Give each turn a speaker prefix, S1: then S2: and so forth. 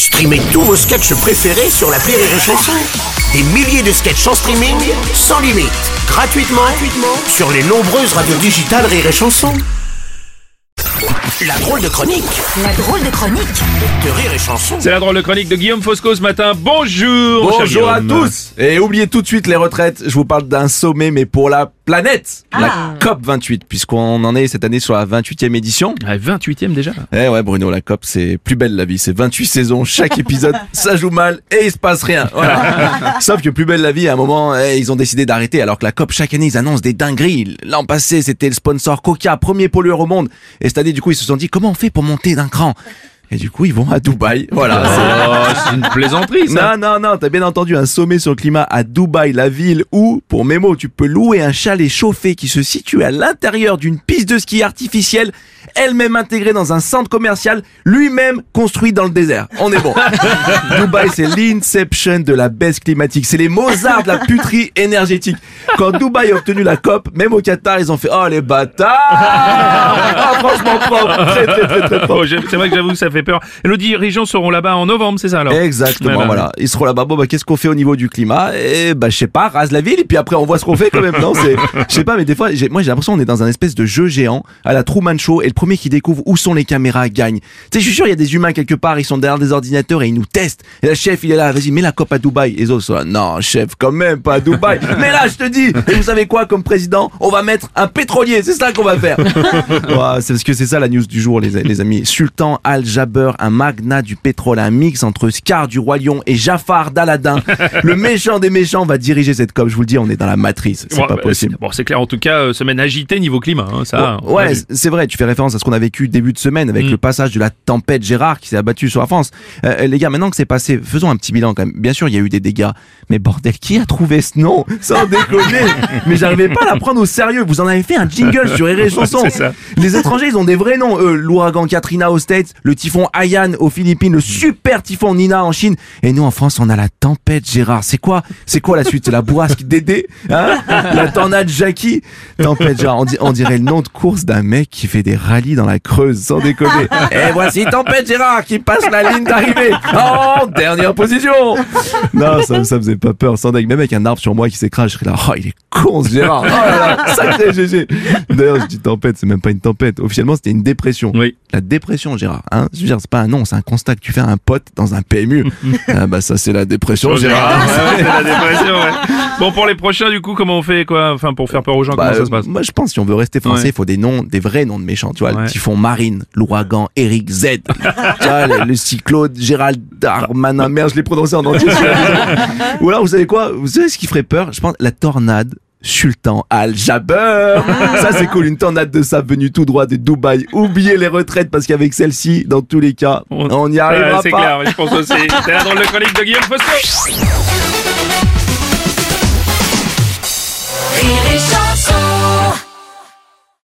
S1: Streamez tous vos sketchs préférés sur l'appli Rire et Chanson. Des milliers de sketchs en streaming, sans limite, gratuitement sur les nombreuses radios digitales Rire et Chanson. La drôle de chronique de Rire et Chanson.
S2: C'est la drôle de chronique de Guillaume Fosco ce matin. Bonjour
S3: Bonjour à tous. Et oubliez tout de suite les retraites. Je vous parle d'un sommet, mais pour la planète. La COP28, puisqu'on en est cette année sur la 28e édition.
S2: La 28e déjà.
S3: Eh ouais Bruno, la COP c'est plus belle la vie. C'est 28 saisons, chaque épisode ça joue mal et il se passe rien. Voilà. Sauf que plus belle la vie, à un moment ils ont décidé d'arrêter, alors que la COP chaque année ils annoncent des dingueries. L'an passé c'était le sponsor Coca, premier pollueur au monde. Et cette année du coup ils se sont dit comment on fait pour monter d'un cran. Et du coup, ils vont à Dubaï. Voilà.
S2: C'est une plaisanterie, ça.
S3: Non, t'as bien entendu, un sommet sur le climat à Dubaï, la ville où, pour Memo, tu peux louer un chalet chauffé qui se situe à l'intérieur d'une piste de ski artificielle, elle-même intégrée dans un centre commercial, lui-même construit dans le désert. On est bon. Dubaï, c'est l'inception de la baisse climatique. C'est les Mozart de la puterie énergétique. Quand Dubaï a obtenu la COP, même au Qatar, ils ont fait « Oh, les bâtards !» Ah, franchement propre. Très propre.
S2: Oh, c'est vrai que j'avoue que ça fait peur. Et nos dirigeants seront là-bas en novembre, c'est ça alors?
S3: Exactement,
S2: ouais,
S3: voilà. Ils seront là-bas. Bon, qu'est-ce qu'on fait au niveau du climat? Je sais pas, rase la ville et puis après on voit ce qu'on fait quand même. Non, je sais pas, mais des fois, j'ai l'impression qu'on est dans un espèce de jeu géant à la Truman Show et le premier qui découvre où sont les caméras gagne. Tu sais, je suis sûr, il y a des humains quelque part, ils sont derrière des ordinateurs et ils nous testent. Et le chef, il est là, vas-y, mets la COP à Dubaï. Et les autres sont là, non, chef, quand même, pas à Dubaï. Mais là, je te dis, et vous savez quoi, comme président, on va mettre un pétrolier, c'est ça qu'on va faire. Ouais, c'est parce que c'est ça la news du jour, les amis. Sultan Al-Jaber, un magnat du pétrole, un mix entre Scar du Roi Lion et Jafar d'Aladin. Le méchant des méchants va diriger cette COP, je vous le dis, on est dans la matrice, c'est pas possible.
S2: Bon, c'est clair, en tout cas, semaine agitée niveau climat, hein, ça.
S3: Ouais, c'est vrai, tu fais référence à ce qu'on a vécu début de semaine avec le passage de la tempête Gérard qui s'est abattue sur la France. Les gars, maintenant que c'est passé, faisons un petit bilan quand même. Bien sûr, il y a eu des dégâts, mais bordel, qui a trouvé ce nom? Sans déconner. Mais j'arrivais pas à la prendre au sérieux. Vous en avez fait un jingle sur Rire et Chanson.
S2: C'est ça.
S3: Les étrangers, ils ont des vrais noms. L'ouragan Katrina aux States, le typhon Haiyan aux Philippines, le super typhon Nina en Chine. Et nous, en France, on a la tempête Gérard. C'est quoi la suite? C'est la bourrasque Dédé, hein? La tornade Jackie. Tempête Gérard. On dirait le nom de course d'un mec qui fait des rallyes dans la Creuse, sans déconner. Et voici Tempête Gérard qui passe la ligne d'arrivée en dernière position. Non, ça me faisait pas peur. Sans dingue. Même avec un arbre sur moi qui s'écrase, je serais là, oh, il est con ce Gérard. Oh là là, sacré GG. D'ailleurs, je dis tempête, c'est même pas une tempête. Officiellement, c'était une dépression.
S2: Oui.
S3: La dépression, Gérard. Hein? Je veux dire, c'est pas un nom, c'est un constat que tu fais à un pote dans un PMU. Ça, c'est la dépression, Gérard.
S2: C'est la dépression, ouais. Bon, pour les prochains, du coup, comment on fait, quoi? Enfin, pour faire peur aux gens, comment ça se passe?
S3: Moi, je pense, si on veut rester français, il faut des vrais noms de méchants. Tu vois, le typhon Marine, l'ouragan Eric Z. Tu vois, le cyclone Gérald Darmanin. Merde, je l'ai prononcé en entier. Ou alors, vous savez quoi? Vous savez ce qui ferait peur? Je pense, la tornade Sultan Al-Jaber. Ça, c'est cool. Une tornade de sable venue tout droit de Dubaï. Oubliez les retraites parce qu'avec celle-ci, dans tous les cas, on n'y arrivera
S2: c'est
S3: pas.
S2: C'est clair, je pense aussi. C'est la drôle de chronique de Guillaume Fosco.